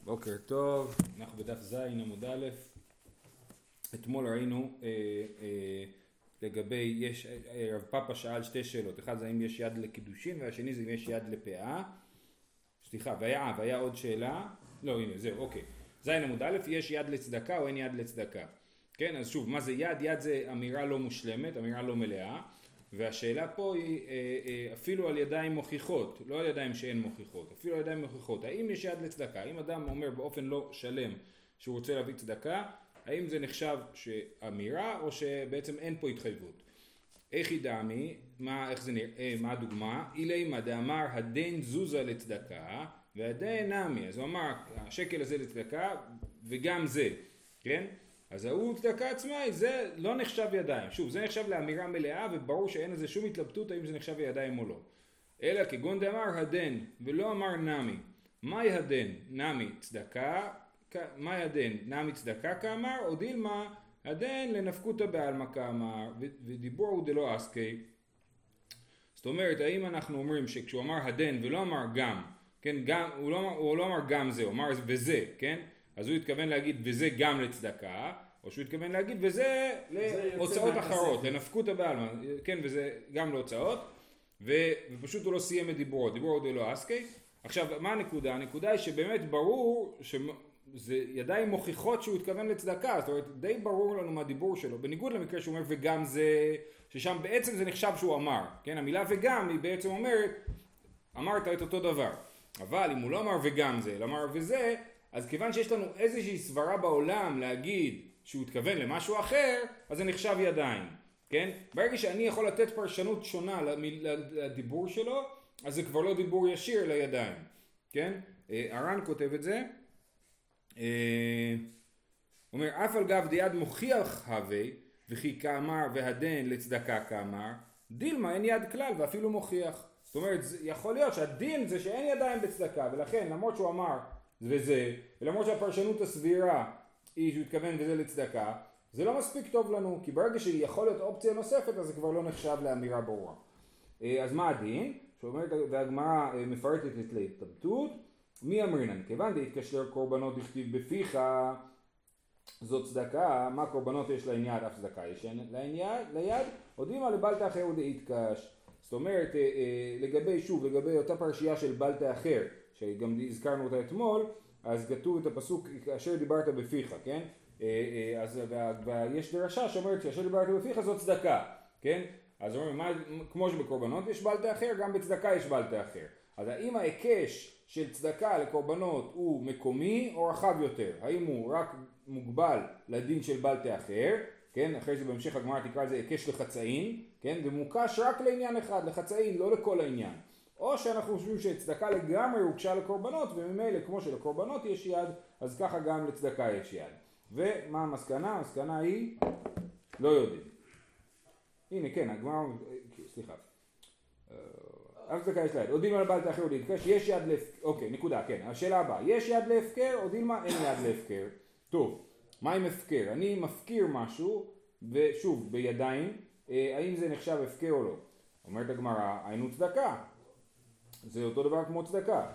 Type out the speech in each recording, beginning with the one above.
בוקר טוב, אנחנו בדף ז' עמוד א'. אתמול ראינו לגבי, רב פאפה שאל שתי שאלות, אחד זה האם יש יד לקידושין והשני זה אם יש יד לפאה. סליחה, והיה עוד שאלה, לא הנה זהו, אוקיי. ז' עמוד א', יש יד לצדקה או אין יד לצדקה? כן, אז שוב, מה זה יד? יד זה אמירה לא מושלמת, אמירה לא מלאה, והשאלה פה היא אפילו על ידיים מוכיחות, לא על ידיים שאין מוכיחות, אפילו על ידיים מוכיחות. האם יש יד לצדקה? אם אדם אומר באופן לא שלם שהוא רוצה להביא צדקה, האם זה נחשב שאמירה או שבעצם אין פה התחייבות? איך ידעמי? איך זה נראה? מה הדוגמה? אילימה דאמר הדין זוזה לצדקה והדין נמי. אז הוא אמר השקל הזה לצדקה וגם זה, כן? אז ההוא צדקה עצמה, זה לא נחשב ידיים. שוב, זה נחשב לאמירה מלאה וברור שאין לזה שום התלבטות האם זה נחשב ידיים או לא. אלא כגון דאמר הדין ולא אמר נמי. מהי הדין? נמי צדקה, מהי הדין? נמי צדקה כאמר, או דילמה הדין לנפקותא בעלמא כאמר, ודיבור הוא דלא עסקי. זאת אומרת, האם אנחנו אומרים שכשהוא אמר הדין ולא אמר גם, כן, גם, הוא לא אמר גם זה, הוא אמר וזה, כן? אז הוא התכוון להגיד וזה גם לצדקה, או שהוא התכוון להגיד וזה להוצאות אחרות, לנפקותא בעלמא, כן, וזה גם להוצאות, ופשוט הוא לא סיים את דיבורו, דיבורו דלא עסקי. עכשיו, מה הנקודה? הנקודה היא שבאמת ברור שזה ידיים מוכיחות שהוא התכוון לצדקה, זאת אומרת, די ברור לנו מהדיבור שלו, בניגוד למקרה שהוא אומר וגם זה, ששם בעצם זה נחשב שהוא אמר, כן, המילה וגם היא בעצם אומרת, אמרת את אותו דבר, אבל אם הוא לא אמר וגם זה, אלא אמר וזה, אז כיוון שיש לנו איזושהי סברה בעולם להגיד שהוא התכוון למשהו אחר, אז זה נחשב ידיים, כן? ברגע שאני יכול לתת פרשנות שונה לדיבור שלו, אז זה כבר לא דיבור ישיר לידיים, כן? הר"ן כותב את זה, אומר, אף על גב דיד מוכיח הווי, וכי כאמר והדין לצדקה כאמר, דילמה אין יד כלל ואפילו מוכיח. זאת אומרת, יכול להיות שהדין זה שאין ידיים בצדקה, ולכן למרות שהוא אמר וזה, ולמרות שהפרשנות הסבירה היא שהוא התכוון וזה לצדקה, זה לא מספיק טוב לנו, כי ברגע שיכול להיות אופציה נוספת, אז זה כבר לא נחשב לאמירה ברורה. אז מה הדין? שאומרת, והגמרא מפרטת את להתלבטות, מי אמרינן? כיוון דהתקשר קורבנות דכתיב בפיך, זאת צדקה, מה קורבנות יש לעין יד, אף צדקה יש ליד, הודימה לבלת אחר ודהתקש. זאת אומרת, לגבי אותה פרשייה של בלת אחר, שגם הזכרנו אותה אתמול, אז כתוב את הפסוק אשר דיברת בפיך, כן? אז יש דרשה שאומרת שאשר דיברת בפיך זאת צדקה, כן? אז אומרים, כמו שבקורבנות יש בלת אחר, גם בצדקה יש בלת אחר. אז האם ההיקש של צדקה לקורבנות הוא מקומי או רחב יותר? האם הוא רק מוגבל לדין של בלת אחר, כן? אחרי זה בהמשך הגמרא תקרא לזה היקש לחצאין, כן? ומוקש רק לעניין אחד, לחצאין, לא לכל העניין. או שאנחנו חושבים שצדקה לגמרי הוקשה לקורבנות, וממילא כמו שלקורבנות יש יד, אז ככה גם לצדקה יש יד. ומה המסקנה? המסקנה היא, לא יודעים. הנה, כן, הגמרא, סליחה. אף צדקה יש לה יד. עודים על הבלת האחר עודים, יש יד להפקר, אוקיי, נקודה, כן. השאלה הבאה, יש יד להפקר, עודים מה? אין יד להפקר. טוב, מה עם הפקר? אני מפקיר משהו, ושוב, בידיים, האם זה נחשב הפקר או לא? אומרת הגמרא, היינו צדקה. זה אותו דבר כמו צדקה.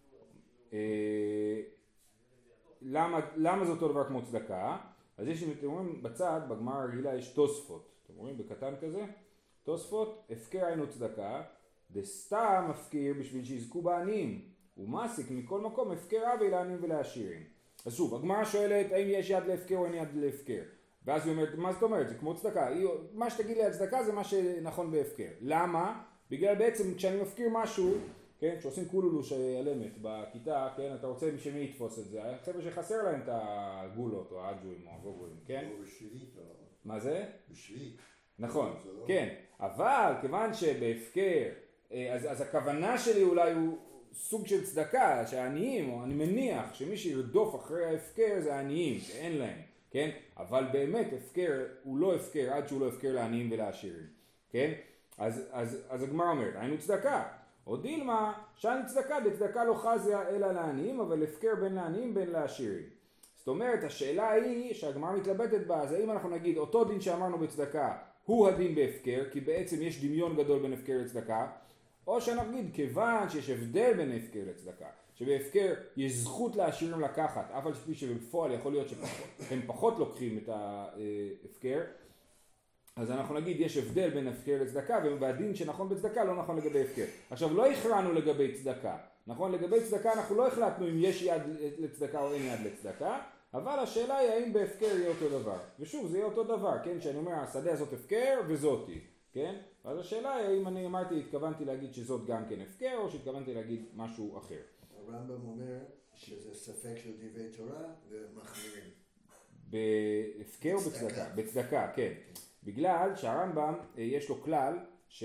למה זה אותו דבר כמו צדקה? אז יש, אתם רואים בצד, בגמרא הרגילה יש תוספות. אתם רואים בקטן כזה? תוספות, הפקר היינו צדקה, דסתם מפקיר בשביל שיזכו בעניים. הוא מעסיק מכל מקום הפקר אבי לעניים ולעשירים. אז שוב, הגמרא שואלת האם יש יד להפקר או אין יד להפקר. ואז היא אומרת, מה זאת אומרת? זה כמו צדקה. מה שתגיד לי על צדקה זה מה שנכון בהפקר. למה? בגלל בעצם כשאני מפקיר משהו, כן, כשעושים קולולוש אלמת בכיתה, כן, אתה רוצה שמי יתפוס את זה, החבר'ה שחסר להם את הגולות או האג'ויים או הגוגויים, כן? או בשביעית. מה זה? בשביעית. נכון, כן, אבל כיוון שבהפקר, אז הכוונה שלי אולי הוא סוג של צדקה, שהעניים, או אני מניח שמי שירדוף אחרי ההפקר זה העניים, שאין להם, כן? אבל באמת הפקר הוא לא הפקר עד שהוא לא הפקר לעניים ולעשירים, כן? אז הגמרא אומרת, היינו צדקה, או דילמה, שאני צדקה, דצדקה לא חזיה אלא לעניים, אבל הפקר בין לעניים בין לעשירים. זאת אומרת, השאלה היא שהגמרא מתלבטת בה, אז האם אנחנו נגיד, אותו דין שאמרנו בצדקה, הוא הדין בהפקר, כי בעצם יש דמיון גדול בין הפקר לצדקה, או שאנחנו נגיד, כיוון שיש הבדל בין הפקר לצדקה, שבהפקר יש זכות לעשירים לקחת, אף על פי שבפועל יכול להיות שהם פחות לוקחים את ההפקר, אז אנחנו נגיד יש הבדל בין הפקר לצדקה, והדין שנכון בצדקה לא נכון לגבי הפקר. עכשיו לא הכרענו לגבי צדקה, נכון? לגבי צדקה אנחנו לא החלטנו אם יש יד לצדקה או אין יד לצדקה, אבל השאלה היא האם בהפקר יהיה אותו דבר. ושוב זה יהיה אותו דבר, כן? שאני אומר השדה הזאת הפקר וזאתי, כן? אז השאלה היא האם אני אמרתי, התכוונתי להגיד שזאת גם כן הפקר או שהתכוונתי להגיד משהו אחר. הרמב"ם אומר שזה ספק של דברי תורה ומחמירים. בהפקר או בצדקה? בצדקה, כן. בגלל שהרמב"ם יש לו כלל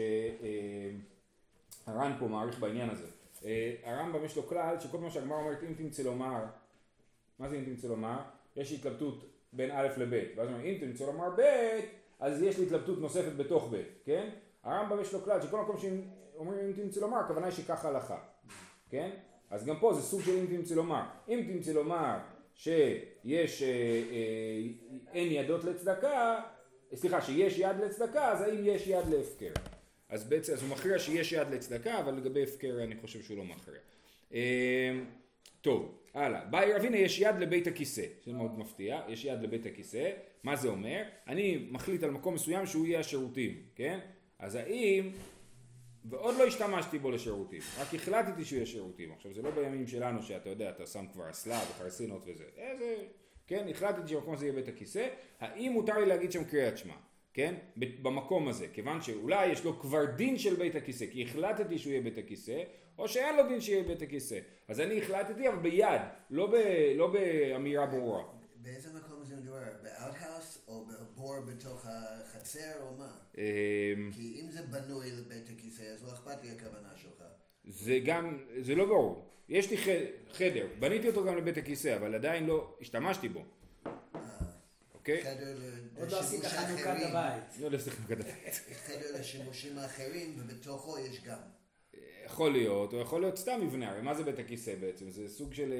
שהר"ן פה מעריך בעניין הזה. הרמב"ם יש לו כלל שכל פעם שהגמרא אומרת אם תמצא לומר, מה זה אם תמצא לומר? יש התלבטות בין א' לב', ואז אומרים אם תמצא לומר ב', אז יש לי התלבטות נוספת בתוך ב', כן? הרמב"ם יש לו כלל שכל מקום שאומרים אם תמצא לומר, הכוונה היא שכך הלכה, כן? אז גם פה זה סוג של אם תמצא לומר. אם תמצא לומר שיש אין ידות לצדקה, סליחה, שיש יד לצדקה, אז האם יש יד להפקר? אז בעצם, אז הוא מכריע שיש יד לצדקה, אבל לגבי הפקר אני חושב שהוא לא מכריע. טוב, הלאה. באי רבינה יש יד לבית הכיסא, זה מאוד מפתיע, יש יד לבית הכיסא, מה זה אומר? אני מחליט על מקום מסוים שהוא יהיה השירותים, כן? אז האם, ועוד לא השתמשתי בו לשירותים, רק החלטתי שהוא יהיה שירותים, עכשיו זה לא בימים שלנו שאתה יודע, אתה שם כבר אסלה וחרסינות וזה, איזה... כן, החלטתי שבמקום הזה יהיה בית הכיסא, האם מותר לי להגיד שם קריאת שמע, כן, במקום הזה, כיוון שאולי יש לו כבר דין של בית הכיסא, כי החלטתי שהוא יהיה בית הכיסא, או שאין לו דין שיהיה בית הכיסא, אז אני החלטתי אבל ביד, לא באמירה ברורה. באיזה מקום זה מדובר? באוטהאוס או בבור בתוך החצר או מה? כי אם זה בנוי לבית הכיסא, אז לא אכפת לי הכוונה שלך. זה לא ברור. יש לי חדר, בניתי אותו גם לבית הכיסא, אבל עדיין לא השתמשתי בו. אוקיי? חדר עוד לא עשית לשימוש חנוכת אחרים. הבית. לא עשיתי חנוכת הבית. חדר לשימושים האחרים, ובתוכו יש גם. יכול להיות, או יכול להיות סתם מבנה, הרי מה זה בית הכיסא בעצם? זה סוג של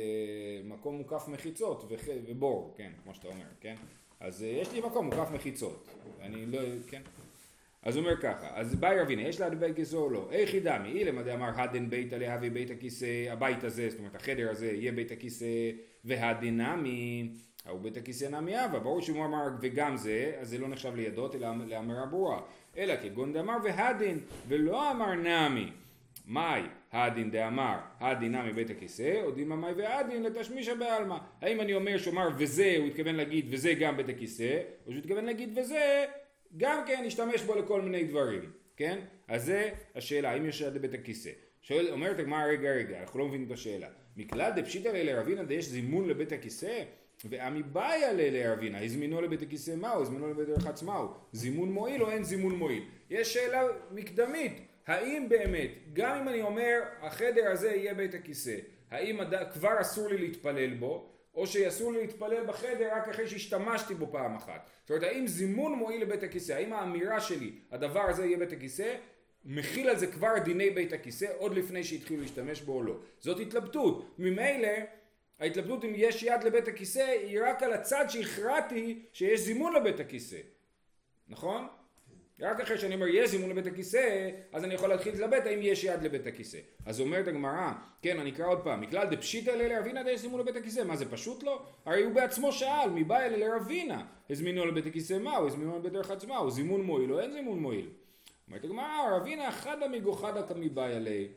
מקום מוקף מחיצות ובור, כן, כמו שאתה אומר, כן? אז יש לי מקום מוקף מחיצות, אני לא, כן? אז הוא אומר ככה, אז באי רבינה, יש לה בית כיסא או לא? איך ידמי, אילם דאמר הדן בית להביא בית הכיסא, הבית הזה, זאת אומרת החדר הזה יהיה בית הכיסא, והדין נמי, הוא בית הכיסא נמי אבא, ברור שהוא אמר וגם זה, אז זה לא נחשב לידות אלא לאמרה ברורה, אלא כגון דאמר והדין, ולא אמר נמי, מאי הדין דאמר, הדין נמי בית הכיסא, או דין מאי והדין לתשמישה בעלמא, האם אני אומר שאומר וזה, הוא התכוון להגיד וזה גם בית הכיסא, או שהוא התכוון להגיד וזה, גם כן להשתמש בו לכל מיני דברים, כן? אז זה השאלה, האם יש יד לבית הכיסא? אומרת הגמרא רגע, אנחנו לא מבינים את השאלה. מכלל דפשיטא לרבינה יש זימון לבית הכיסא, ועמי באיה לרבינה, הזמינו לבית הכיסא מהו, הזמינו לבית הרחץ מהו, זימון מועיל או אין זימון מועיל? יש שאלה מקדמית, האם באמת, גם אם אני אומר החדר הזה יהיה בית הכיסא, האם כבר אסור לי להתפלל בו, או שאסור לי להתפלל בחדר רק אחרי שהשתמשתי בו פעם אחת. זאת אומרת, האם זימון מועיל לבית הכיסא, האם האמירה שלי, הדבר הזה יהיה בית הכיסא, מכיל על זה כבר דיני בית הכיסא, עוד לפני שהתחילו להשתמש בו או לא. זאת התלבטות. ממילא, ההתלבטות אם יש יד לבית הכיסא, היא רק על הצד שהכרעתי שיש זימון לבית הכיסא. נכון? רק אחרי שאני אומר יש זימון לבית הכיסא, אז אני יכול להתחיל להתלבט האם יש יד לבית הכיסא. אז אומרת הגמרא, כן, אני אקרא עוד פעם, מכלל דפשיטא לרבינה יש זימון לבית הכיסא, מה זה פשוט לא? הרי הוא בעצמו שאל, מבאי לרבינה, הזמינו לבית הכיסא מהו, הזמינו לבית הרחץ מהו, זימון מועיל או אין זימון מועיל? אומרת הגמרא, רבינה חדא מגוחדא כמבאי עלי,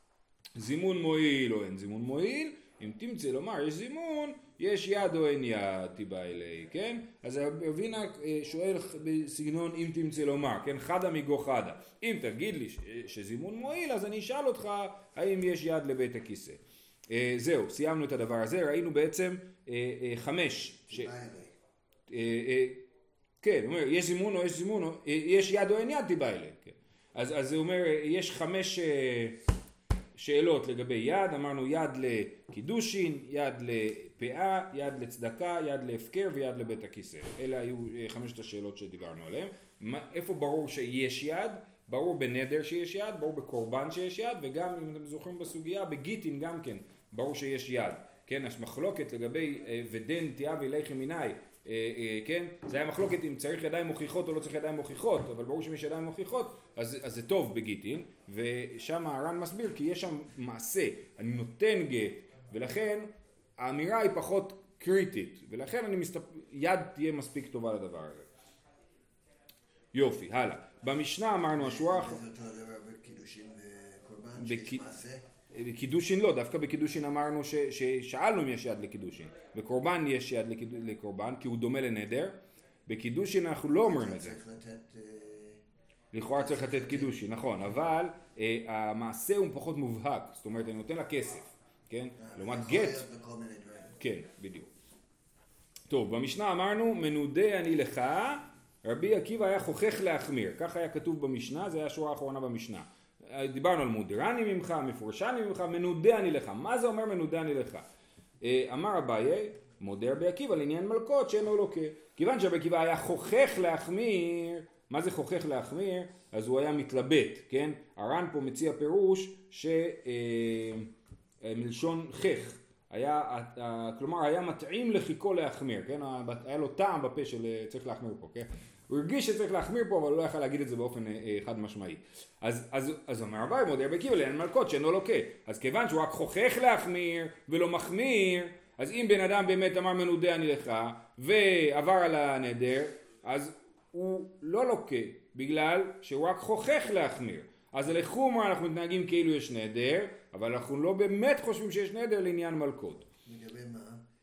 זימון מועיל או אין זימון מועיל, אם תמצא לומר יש זימון, יש יד או אין יד תיבא אלי, כן? אז רבינה שואל בסגנון אם תמצא לומר, כן? חדה מגו חדה. אם תגיד לי שזימון מועיל, אז אני אשאל אותך האם יש יד לבית הכיסא. זהו, סיימנו את הדבר הזה, ראינו בעצם 5. כן, הוא אומר, יש זימון או יש זימון, יש יד או אין יד תיבא אלי. כן. אז הוא אומר, יש 5 שאלות לגבי יד, אמרנו יד לקידושין, יד לפאה, יד לצדקה, יד להפקר ויד לבית הכיסא. אלה היו 5 השאלות שדיברנו עליהן. איפה ברור שיש יד? ברור בנדר שיש יד, ברור בקורבן שיש יד, וגם אם אתם זוכרים בסוגיה, בגיטין גם כן, ברור שיש יד. כן, יש מחלוקת לגבי ודן תיאבי לחם מיני, כן? זה היה מחלוקת אם צריך ידיים מוכיחות או לא צריך ידיים מוכיחות, אבל ברור שאם יש ידיים מוכיחות, אז זה טוב בגיטין, ושם הר"ן מסביר כי יש שם מעשה, אני נותן גט, ולכן האמירה היא פחות קריטית, ולכן יד תהיה מספיק טובה לדבר הזה. יופי, הלאה. במשנה אמרנו השורה... זה אותו דבר בקידושין וקורבן, שיש מעשה? בקידושין לא, דווקא בקידושין אמרנו ששאלנו אם יש יד לקידושין. בקורבן יש יד לקורבן, כי הוא דומה לנדר. בקידושין אנחנו לא אומרים את זה. לכאורה צריך לתת קידושין, נכון, אבל המעשה הוא פחות מובהק, זאת אומרת אני נותן לה כסף, כן? לעומת גט. כן, בדיוק. טוב, במשנה אמרנו, מנודה אני לך, רבי עקיבא היה חוכך להחמיר, כך היה כתוב במשנה, זה היה השורה האחרונה במשנה. דיברנו על מודרני ממך, מפורשני ממך, מנודה אני לך. מה זה אומר מנודה אני לך? אמר אביי, מודה רבי עקיבא לעניין מלכות שאינו לוקה. כיוון שרבי עקיבא היה חוכך להחמיר, מה זה חוכך להחמיר? אז הוא היה מתלבט, כן? הר"ן פה מציע פירוש מלשון חך. כלומר היה מתאים לחיקו להחמיר, כן? היה לו טעם בפה של צריך להחמיר פה, כן? הוא הרגיש שצריך להחמיר פה, אבל הוא לא יכל להגיד את זה באופן חד משמעי. אז אומר אביי, מודה רבי עקיבא לעניין מלכות שאינו לוקה. אז כיוון שהוא רק חוכך להחמיר ולא מחמיר, אז אם בן אדם באמת אמר מנודה אני לך ועבר על הנדר, אז הוא לא לוקה, בגלל שהוא רק חוכך להחמיר. אז לחומרה אנחנו מתנהגים כאילו יש נדר, אבל אנחנו לא באמת חושבים שיש נדר לעניין מלכות. לגבי מה?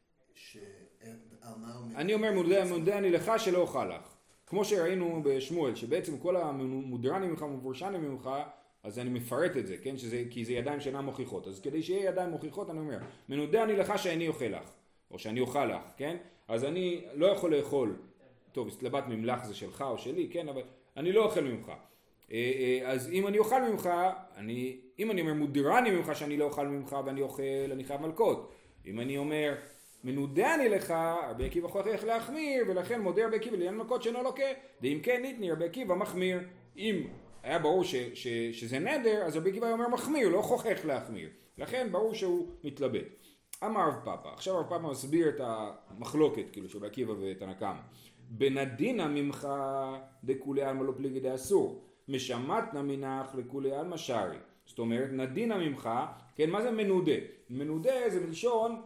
אני אומר מודה אני לך שלא אוכל לך. כמו שראינו בשמואל, שבעצם כל המודרני ממך ומפורשני ממך, אז אני מפרט את זה, כן? כי זה ידיים שאינן מוכיחות. אז כדי שיהיה ידיים מוכיחות אני אומר, מנודה אני לך שאני אוכל לך, או שאני אוכל לך, כן? אז אני לא יכול לאכול, טוב, הסתלבט ממלך זה שלך או שלי, כן? אבל אני לא אוכל ממך. אז אם אני אוכל ממך, אם אני אומר מודרני ממך שאני לא אוכל ממך ואני אוכל, אני חייב מלכות. אם אני אומר מנודה אני לך, רבי עקיבא חוכך להחמיר, ולכן מודה רבי עקיבא לעניין מלכות שאינו לוקה. ואם כן ניתני רבי עקיבא מחמיר. אם היה ברור שזה נדר, אז רבי עקיבא אומר מחמיר, לא חוכך להחמיר. לכן ברור שהוא מתלבט. אמר רב פאפא, עכשיו רב פאפא מסביר את המחלוקת, כאילו של רבי עקיבא ותנא קמא. בנדינא ממך דכולי עלמא לא פליגי דאסור, משמטנא מנך לכולי עלמא שרי. זאת אומרת, נדינא ממך, כן, מה זה מנודה? מנודה זה מלשון,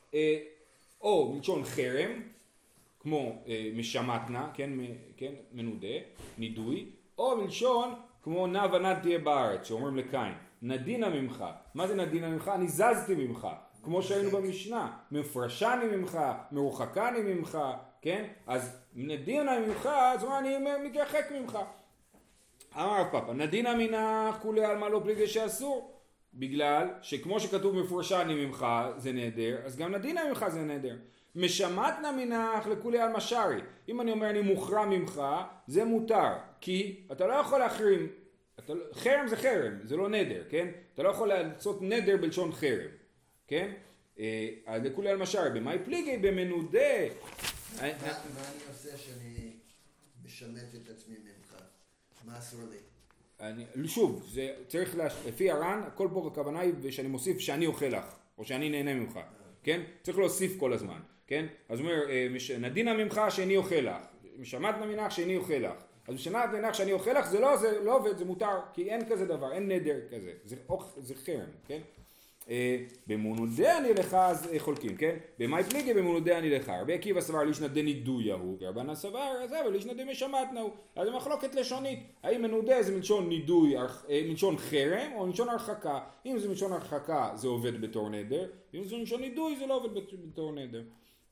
או מלשון חרם, כמו משמטנא, כן, מנודה, נידוי, או מלשון כמו נע ונד תהיה בארץ, שאומרים לקין, נדינא ממך. מה זה נדינא ממך? אני זזתי ממך, כמו שהיינו במשנה, מפרשני ממך, מרוחקני ממך, כן? אז נדינא ממך, זאת אומרת, אני מתרחק ממך. אמר רב פאפא, נדינא מנך כולי עלמא לא פליגי שאסור, בגלל שכמו שכתוב מפורשני ממך זה נדר, אז גם נדינא ממך זה נדר. משמטנא מנך לכולי עלמא שרי. אם אני אומר אני מוחרם ממך, זה מותר, כי אתה לא יכול להחרים, חרם זה חרם, זה לא נדר, כן? אתה לא יכול לעשות נדר בלשון חרם, כן? אז לכולי עלמא שרי, במאי פליגי במנודה. מה אני עושה שאני משמט את עצמי ממך? מה אסור לי? שוב, זה צריך, לפי הר"ן, הכל פה הכוונה היא שאני מוסיף שאני אוכל לך, או שאני נהנה ממך, כן? צריך להוסיף כל הזמן, כן? אז הוא אומר, נדינא ממך שאני אוכל לך, משמטנא מנך שאני אוכל לך. אז משמטנא מנך שאני אוכל לך, זה לא עובד, זה מותר, כי אין כזה דבר, אין נדר כזה, זה חרם, כן? במונודה אני לך אז חולקים, כן? במאי פליגי במונודה אני לך. רבי עקיבא סבר לישנא דנידויה הוא, ורבנן סבר אבל לישנא דמשמטנא הוא. אז זה מחלוקת לשונית. האם מנודה זה מלשון נידוי, מלשון חרם או מלשון הרחקה? אם זה מלשון הרחקה זה עובד בתור נדר, אם זה מלשון נידוי זה לא עובד בתור נדר.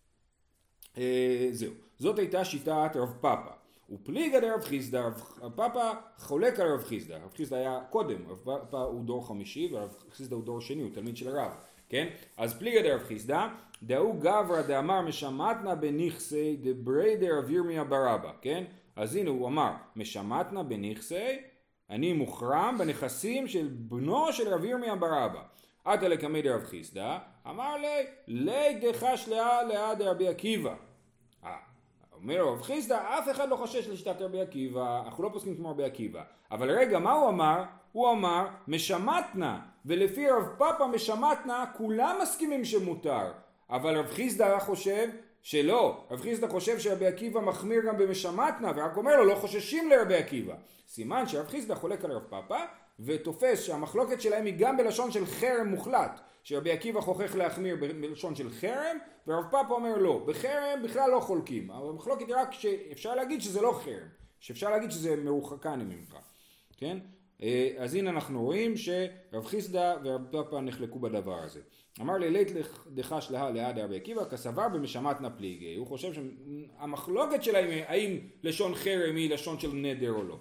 זהו. זאת הייתה שיטת רב פאפא. ופליגא דרב חיסדא, רב פאפא חולק על רב חיסדא. רב חיסדא היה קודם, רב פאפא הוא דור חמישי ורב חיסדא הוא דור שני, הוא תלמיד של הרב, כן? אז פליגא דרב חיסדא, דאו גברא דאמר משמטנא בנכסי דברי דרב ירמיה ברבא, כן? אז הנה הוא אמר, משמטנא בנכסי, אני מוחרם בנכסים של בנו של רב ירמיה ברבא. עתה לקמי דרב חיסדא, אמר לי דחש לאה דרבי עקיבא. אומר רב חיסדא, אף אחד לא חושש לשיטת רבי עקיבא, אנחנו לא פוסקים כמו רבי עקיבא. אבל רגע, מה הוא אמר? הוא אמר, משמטנא, ולפי רב פאפא משמטנא, כולם מסכימים שמותר. אבל רב חיסדא חושב שלא, רב חיסדא חושב שרבי עקיבא מחמיר גם במשמטנה, ורק אומר לו לא חוששים לרבי עקיבא. סימן שרב חיסדא חולק על רב פאפא, ותופס שהמחלוקת שלהם היא גם בלשון של חרם מוחלט, שרבי עקיבא חוכך להחמיר בלשון של חרם, ורב פאפא אומר לא, בחרם בכלל לא חולקים. המחלוקת היא רק שאפשר להגיד שזה לא חרם, שאפשר להגיד שזה מרוחקני ממך. כן? אז הנה אנחנו רואים שרב חיסדא ורב פאפא נחלקו בדבר הזה. אמר לילית דחש לה ליד רבי עקיבא כסבר במשמטנה פליגי. הוא חושב שהמחלוקת שלהם האם לשון חרם היא לשון של נדר או לא.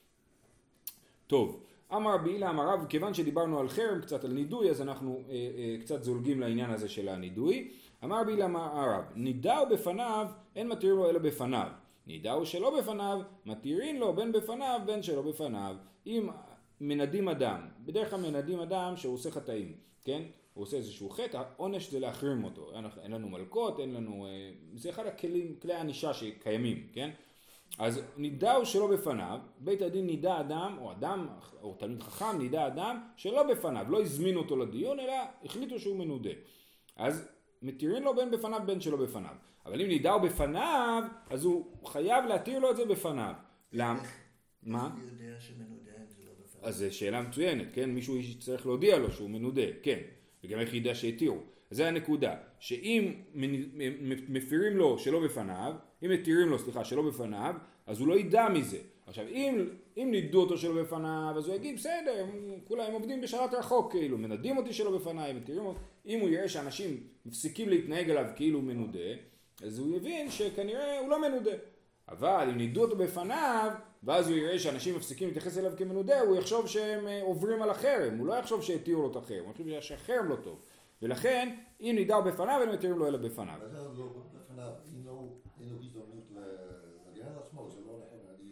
טוב, אמר רבי הילה אמר רב, כיוון שדיברנו על חרם קצת על נידוי, אז אנחנו קצת זולגים לעניין הזה של הנידוי. אמר רבי הילה אמר רב, נידאו בפניו אין מתירים לו אלא בפניו. נידאו שלא בפניו מתירים לו בין בפניו בין שלא בפניו. אם מנדים אדם, בדרך כלל מנדים אדם שהוא עושה חטאים, כן? הוא עושה איזשהו חטא, העונש זה להחרים אותו. אין לנו מלכות, אין לנו... זה אחד כלי הענישה שקיימים, כן? אז נידאו שלא בפניו, בית הדין נידע אדם, או אדם, או תלמיד חכם נידע אדם שלא בפניו, לא הזמין אותו לדיון, אלא החליטו שהוא מנודה. אז מתירים לו בין בפניו בין שלא בפניו. אבל אם נידאו בפניו, אז הוא חייב להתיר לו את זה בפניו. למה? מה? אני יודע שמנודה זה לא בפניו. אז זו שאלה מצוינת, כן? מישהו צריך להודיע לו שהוא מנודה, כן. וגם איך ידע שהתירו. זה הנקודה, שאם מפירים לו שלא בפניו, אם מתירים לו, שלא בפניו, אז הוא לא ידע מזה. עכשיו, אם נידו אותו שלא בפניו, אז הוא יגיד, בסדר, כולם עובדים בשלט רחוק, כאילו, מנדים אותי שלא בפניו, מתירים אותו. אם הוא יראה שאנשים מפסיקים להתנהג עליו כאילו הוא מנודה, אז הוא יבין שכנראה הוא לא מנודה. אבל אם נידו אותו בפניו, ואז הוא יראה שאנשים מפסיקים להתייחס אליו כמנודה, הוא יחשוב שהם עוברים על החרם, הוא לא יחשוב שהתירו לו את החרם, הוא יחשוב שהחרם לא טוב. ולכן, אם נידאו בפניו, הם מתירים לו אלא בפניו. אבל זה לא בפניו, אם לא הזדמנות להגן על עצמו, זה לא נכון, אני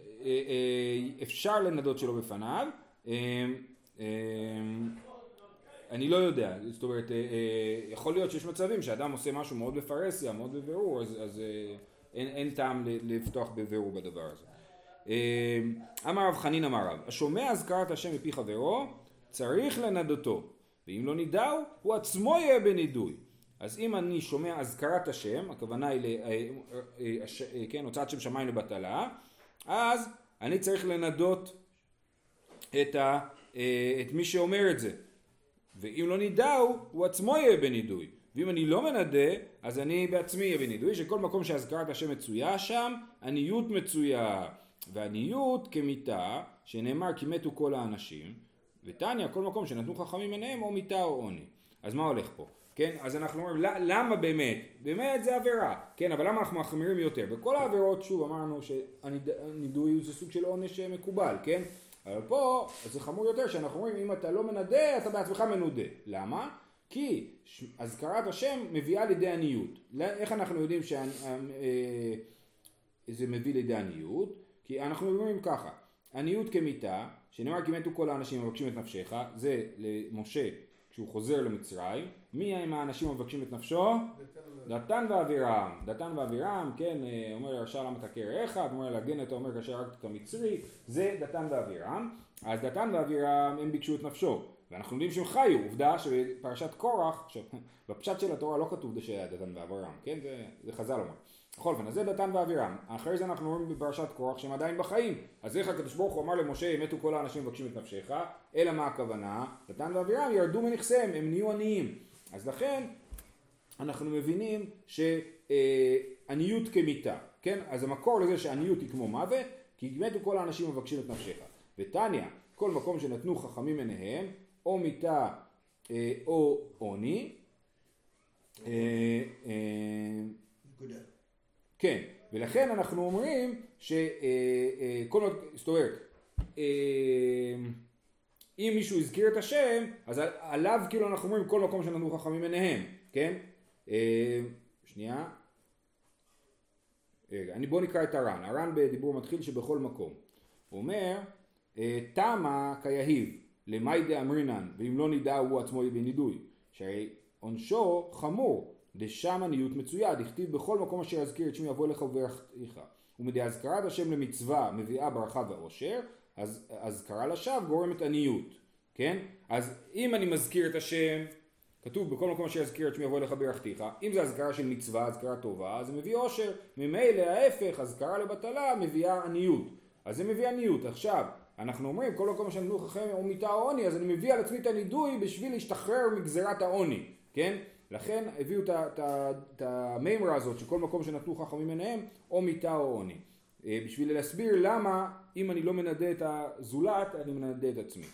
לא... אפשר לנדות שלא בפניו, אני לא יודע, זאת אומרת, יכול להיות שיש מצבים שאדם עושה משהו מאוד בפרסיה, מאוד בבירור, אז אין טעם לפתוח בבירור בדבר הזה. אמר רב חנין אמר רב, השומע אזכרת השם מפי חברו, צריך לנדותו. ואם לא נידאו, הוא עצמו יהיה בנידוי. אז אם אני שומע אזכרת השם, הכוונה היא כן, הוצאת שם שמיים לבטלה, אז אני צריך לנדות את מי שאומר את זה. ואם לא נידאו, הוא עצמו יהיה בנידוי. ואם אני לא מנדה, אז אני בעצמי יהיה בנידוי, שכל מקום שהזכרת השם מצויה שם, עניות מצויה. ועניות כמיתה, שנאמר כי מתו כל האנשים, ותניא, כל מקום שנתנו חכמים עיניהם, או מיתה או עוני. אז מה הולך פה? כן, אז אנחנו אומרים, למה באמת? באמת זה עבירה. כן, אבל למה אנחנו מחמירים יותר? בכל העבירות, שוב, אמרנו שהנידוי זה סוג של עונש מקובל, כן? אבל פה, זה חמור יותר, שאנחנו אומרים, אם אתה לא מנדה, אתה בעצמך מנודה. למה? כי הזכרת השם מביאה לידי עניות. איך אנחנו יודעים שזה מביא לידי עניות? כי אנחנו אומרים ככה, עניות כמיתה, שנאמר כי מתו כל האנשים המבקשים את נפשך, זה למשה כשהוא חוזר למצרים. מי הם האנשים המבקשים את נפשו? דתן ואבירם. דתן ואבירם, כן, אומר ישר למה תכה רעך, אומר להגן אתה אומר כאשר הרגת את המצרי, זה דתן ואבירם. אז דתן ואבירם הם ביקשו את נפשו, ואנחנו יודעים שהם חיו. עובדה שבפרשת קורח, בפשט של התורה לא כתוב שהיה דתן ואבירם, כן, זה חז"ל אומר. בכל אופן, אז זה דתן ואבירם. אחרי זה אנחנו רואים בפרשת קורח שהם עדיין בחיים. אז איך הקדוש ברוך הוא אמר למשה, מתו כל האנשים מבקשים את נפשך, אלא מה הכוונה? דתן ואבירם ירדו מנכסיהם, הם נהיו עניים. אז לכן אנחנו מבינים שעניות כמיתה, כן? אז המקור לזה שעניות היא כמו מוות, כי מתו כל האנשים מבקשים את נפשך. ותניא, כל מקום שנתנו חכמים עיניהם, או מיתה או עוני, כן, ולכן אנחנו אומרים זאת אומרת, אם מישהו הזכיר את השם, אז עליו כאילו אנחנו אומרים כל מקום שנתנו חכמים עיניהם, כן? שנייה. בוא נקרא את הר"ן. הר"ן בדיבור מתחיל שבכל מקום. הוא אומר, תמה כיהיב, למאי דאמרינן, ואם לא נידע הוא עצמו יהיה בנידוי. שהרי עונשו חמור. דשם עניות מצויה, דכתיב בכל מקום אשר יזכיר את שמי יבוא אליך וברכתיך. ומדהזכרת השם למצווה מביאה ברכה ועושר, אז הזכרה לשווא גורמת עניות, כן? אז אם אני מזכיר את השם, כתוב בכל מקום שיזכיר את שמי יבוא אליך ברכתיך, אם זה הזכרה של מצווה, הזכרה טובה, אז זה מביא עושר, ממילא ההפך, הזכרה לבטלה מביאה עניות, אז זה מביא עניות. עכשיו, אנחנו אומרים, כל מקום שנתנו חכמים או מיתה או עוני, אז אני מביא על עצמי את הנידוי בשביל להשתחרר מגזירת העוני, כן? לכן הביאו את המימרה הזאת, שכל מקום שנתנו חכמים מנהם, או מיתה או עוני. בשביל להסביר למה, אם אני לא מנדה את הזולת, אני מנדה את עצמי.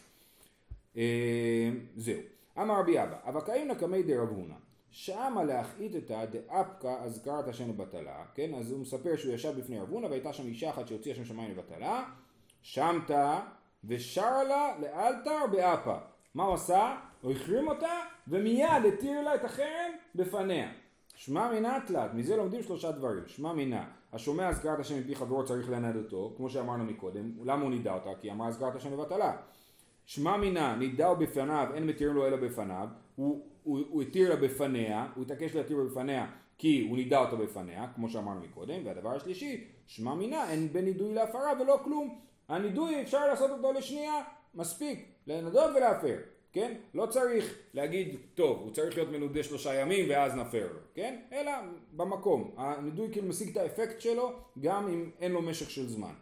זהו. אמר רבי אבא, אבקאים נקמי דרב הונא, שמה להחית את דאפקה הזכרת השם לבטלה, כן? אז הוא מספר שהוא ישב בפני רב הונא, והייתה שם אישה אחת שהוציאה שם שמיים לבטלה, שמתה ושר לה לאלתר באפה. מה הוא עשה? הוא החרים אותה ומיד התיר לה את החרם בפניה. שמע מינה תלת, מזה לומדים 3 דברים. שמע מינה, השומע הזכרת השם מפי חברו צריך לנד אותו, כמו שאמרנו מקודם. למה הוא נידע אותה? כי אמרה הזכרת השם לבטלה. שמע מינה, נידעו בפניו, אין מתירים לו אלא בפניו. הוא התיר לה בפניה, הוא התעקש להתיר בפניה כי הוא נידע אותו בפניה, כמו שאמרנו מקודם. והדבר השלישי, שמע מינה, אין בין נידוי להפרה ולא כלום. הנידוי אפשר לעשות אותו לשנייה, מספיק, לנדות ולהפר, כן? לא צריך להגיד, טוב, הוא צריך להיות מנודה 3 ימים ואז נפר לו, כן? אלא במקום. הנידוי כאילו משיג את האפקט שלו, גם אם אין לו משך של זמן.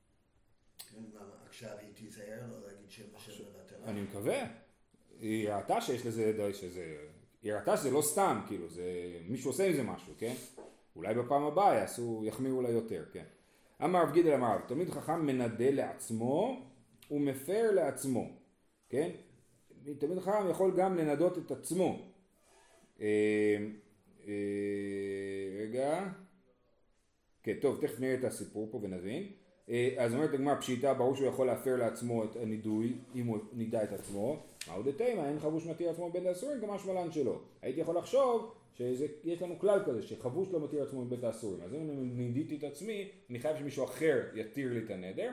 עכשיו היא תיזהר לא להגיד שם השם לבטלה? אני מקווה. היא ראתה שיש לזה, היא ראתה שזה לא סתם, כאילו, זה, מישהו עושה עם זה משהו, כן? אולי בפעם הבאה יחמירו לה יותר, כן? אמר רב גידל אמר, תלמיד חכם מנדה לעצמו ומפר לעצמו, כן? תלמיד חכם יכול גם לנדות את עצמו. רגע. כן, טוב, תכף נראה את הסיפור פה ונבין. אז אומרת הגמרא פשיטה, ברור שהוא יכול להפר לעצמו את הנידוי, אם הוא נידע את עצמו. מהו דתימה, אין חבוש מתיר עצמו בין האסורים, גם השמלן שלו. הייתי יכול לחשוב שיש לנו כלל כזה, שחבוש לא מתיר עצמו מבית האסורים. אז אם אני נידיתי את עצמי, אני חייב שמישהו אחר יתיר לי את הנדר.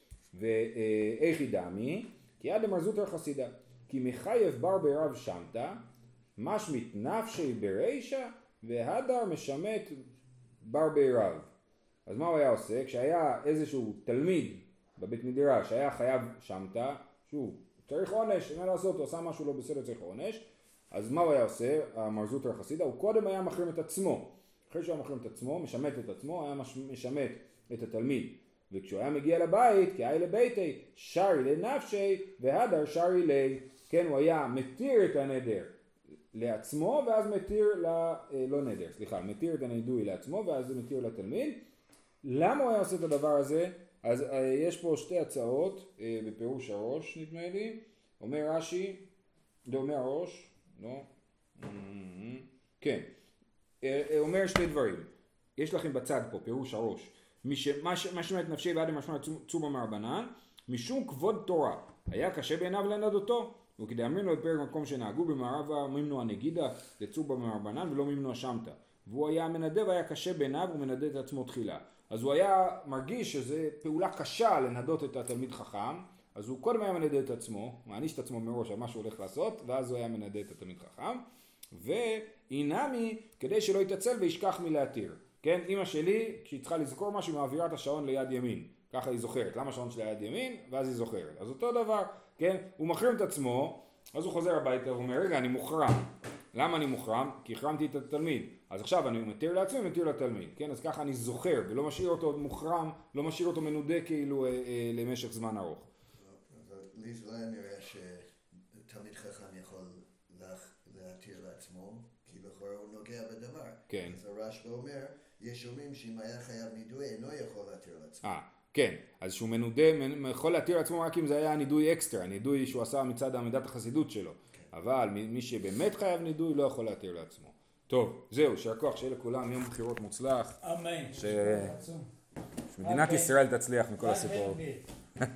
ואיך ידעמי? כי עד למרזות חסידה. כי מחייב בר ברב שמתה, משמית נפשי ברישה, והדר משמט בר ברב. אז מה הוא היה עושה? כשהיה איזשהו תלמיד בבית מדרש שהיה חייב שמתה, שוב, צריך עונש, מה לעשות? הוא עשה משהו לא בסדר, צריך עונש. אז מה הוא היה עושה? המרזות החסידה, הוא קודם היה מחרים את עצמו. אחרי שהוא היה מחרים את עצמו, משמט את עצמו, היה משמט את התלמיד. וכשהוא היה מגיע לבית, כאי לביתי, שרי לנפשי, והדר שרי לי. כן, הוא היה מתיר את הנדר לעצמו, ואז מתיר, לא נדר, סליחה, מתיר את הנידוי לעצמו, ואז זה מתיר לתלמיד. למה הוא היה עושה את הדבר הזה? אז יש פה 2 הצעות, בפירוש הראש נדמה לי, אומר רש"י, זה אומר הראש, לא, כן, אומר 2 דברים, יש לכם בצד פה, פירוש הראש, מה שמעת נפשי ועד משמע צובה מרבנן, משום כבוד תורה, היה קשה בעיניו לנדותו, וכדי אמרנו בפרק מקום שנהגו במערבה ממנו הנגידה לצובה מרבנן ולא ממנו השמתה, והוא היה מנדב, היה קשה בעיניו ומנדד את עצמו תחילה. אז הוא היה מרגיש שזו פעולה קשה לנדות את התלמיד חכם, אז הוא קודם היה מנדד את עצמו, מעניש את עצמו מראש על מה שהוא הולך לעשות, ואז הוא היה מנדד את התלמיד חכם, ואינמי כדי שלא יתעצל וישכח מלהתיר. כן, אמא שלי, כשהיא צריכה לזכור משהו, מעבירה את השעון ליד ימין, ככה היא זוכרת, למה השעון שלה ליד ימין? ואז היא זוכרת. אז אותו דבר, כן, הוא מחרים את עצמו, אז הוא חוזר הביתה ואומר, רגע, אני מוחרם. למה אני מוחרם? כי החרמתי את התלמיד. אז עכשיו אני מתיר לעצמי, מתיר לתלמיד. כן? אז ככה אני זוכר, ולא משאיר אותו מוחרם, לא משאיר אותו מנודה כאילו למשך זמן ארוך. לי זה לא נראה שתלמיד חכם יכול להתיר לעצמו, כי לכאורה הוא נוגע בדבר. כן. אז הרשב"א אומר, יש אומרים שאם היה חייב נידוי, אינו יכול להתיר לעצמו. כן. אז שהוא מנודה, יכול להתיר לעצמו רק אם זה היה נידוי אקסטרה, נידוי שהוא עשה מצד עמידת החסידות שלו. אבל מי שבאמת חייב נידוי לא יכול להתיר לעצמו. טוב, זהו, שהכוח שיהיה לכולם יום בחירות מוצלח. אמן. שמדינת ישראל תצליח מכל הסיפור.